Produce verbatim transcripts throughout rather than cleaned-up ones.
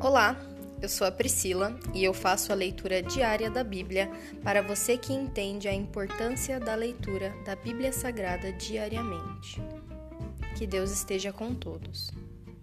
Olá, eu sou a Priscila e eu faço a leitura diária da Bíblia para você que entende a importância da leitura da Bíblia Sagrada diariamente. Que Deus esteja com todos.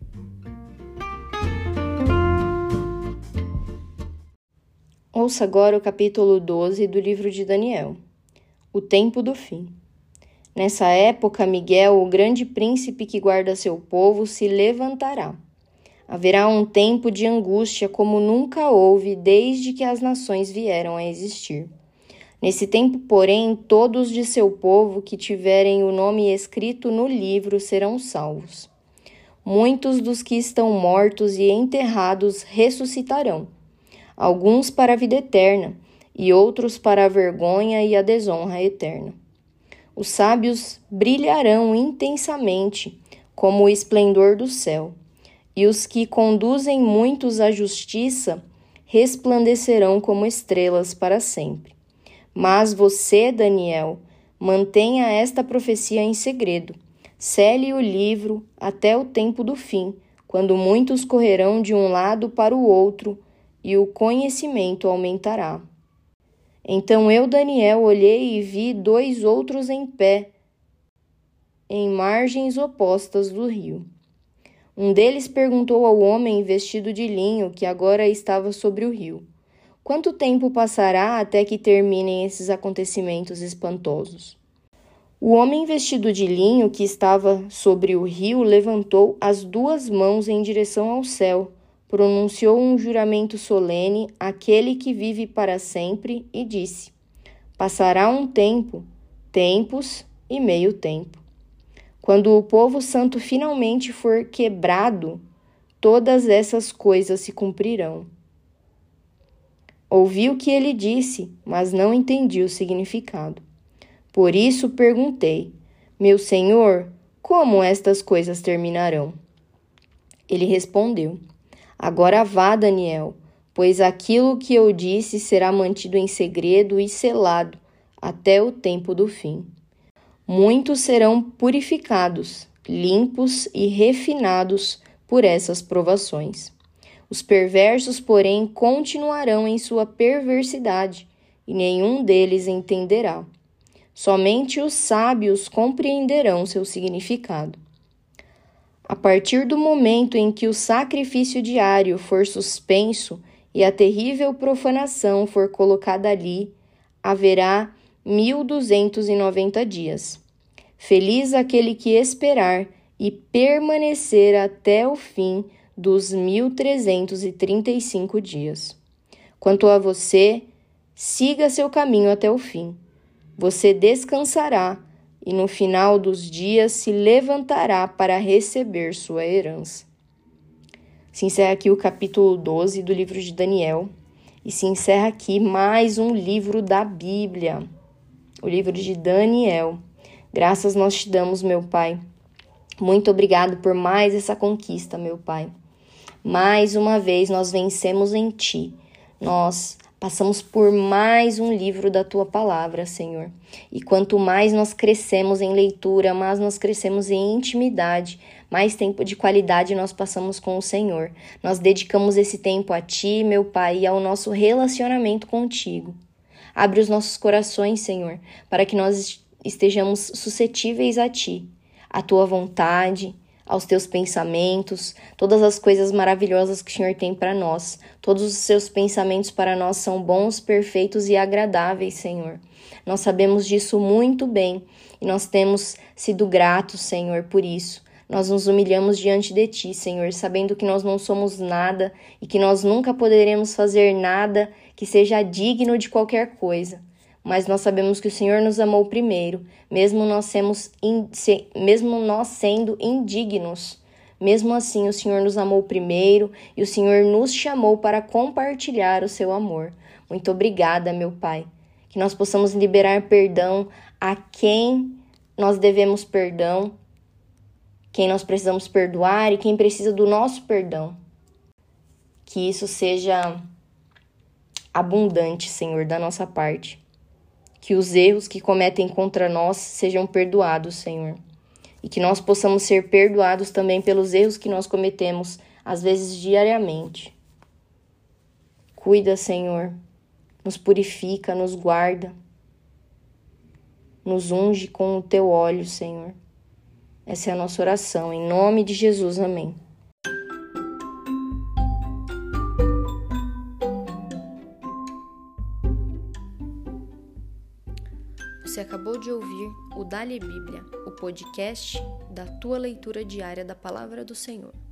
Ouça agora o capítulo doze do livro de Daniel, o tempo do fim. Nessa época, Miguel, o grande príncipe que guarda seu povo, se levantará. Haverá um tempo de angústia como nunca houve desde que as nações vieram a existir. Nesse tempo, porém, todos de seu povo que tiverem o nome escrito no livro serão salvos. Muitos dos que estão mortos e enterrados ressuscitarão, alguns para a vida eterna e outros para a vergonha e a desonra eterna. Os sábios brilharão intensamente como o esplendor do céu, e os que conduzem muitos à justiça resplandecerão como estrelas para sempre. Mas você, Daniel, mantenha esta profecia em segredo. Cele o livro até o tempo do fim, quando muitos correrão de um lado para o outro e o conhecimento aumentará. Então eu, Daniel, olhei e vi dois outros em pé, em margens opostas do rio. Um deles perguntou ao homem vestido de linho que agora estava sobre o rio: quanto tempo passará até que terminem esses acontecimentos espantosos? O homem vestido de linho que estava sobre o rio levantou as duas mãos em direção ao céu, pronunciou um juramento solene àquele que vive para sempre e disse: passará um tempo, tempos e meio tempo. Quando o povo santo finalmente for quebrado, todas essas coisas se cumprirão. Ouvi o que ele disse, mas não entendi o significado. Por isso perguntei: meu senhor, como estas coisas terminarão? Ele respondeu: agora vá, Daniel, pois aquilo que eu disse será mantido em segredo e selado até o tempo do fim. Muitos serão purificados, limpos e refinados por essas provações. Os perversos, porém, continuarão em sua perversidade, e nenhum deles entenderá. Somente os sábios compreenderão seu significado. A partir do momento em que o sacrifício diário for suspenso e a terrível profanação for colocada ali, haverá mil duzentos e noventa dias. Feliz aquele que esperar e permanecer até o fim dos mil trezentos e trinta e cinco dias. Quanto a você, siga seu caminho até o fim. Você descansará e no final dos dias se levantará para receber sua herança. Se encerra aqui o capítulo doze do livro de Daniel e se encerra aqui mais um livro da Bíblia, o livro de Daniel. Graças nós te damos, meu Pai. Muito obrigado por mais essa conquista, meu Pai. Mais uma vez nós vencemos em Ti. Nós passamos por mais um livro da Tua Palavra, Senhor. E quanto mais nós crescemos em leitura, mais nós crescemos em intimidade, mais tempo de qualidade nós passamos com o Senhor. Nós dedicamos esse tempo a Ti, meu Pai, e ao nosso relacionamento contigo. Abre os nossos corações, Senhor, para que nós estejamos suscetíveis a Ti, à Tua vontade, aos Teus pensamentos, todas as coisas maravilhosas que o Senhor tem para nós. Todos os Seus pensamentos para nós são bons, perfeitos e agradáveis, Senhor. Nós sabemos disso muito bem e nós temos sido gratos, Senhor, por isso. Nós nos humilhamos diante de Ti, Senhor, sabendo que nós não somos nada e que nós nunca poderemos fazer nada que seja digno de qualquer coisa. Mas nós sabemos que o Senhor nos amou primeiro, mesmo nós, semos in, se, mesmo nós sendo indignos. Mesmo assim, o Senhor nos amou primeiro e o Senhor nos chamou para compartilhar o seu amor. Muito obrigada, meu Pai. Que nós possamos liberar perdão a quem nós devemos perdão, quem nós precisamos perdoar e quem precisa do nosso perdão. Que isso seja abundante, Senhor, da nossa parte. Que os erros que cometem contra nós sejam perdoados, Senhor. E que nós possamos ser perdoados também pelos erros que nós cometemos, às vezes diariamente. Cuida, Senhor, nos purifica, nos guarda, nos unge com o teu óleo, Senhor. Essa é a nossa oração, em nome de Jesus, amém. Você acabou de ouvir o Dali Bíblia, o podcast da tua leitura diária da Palavra do Senhor.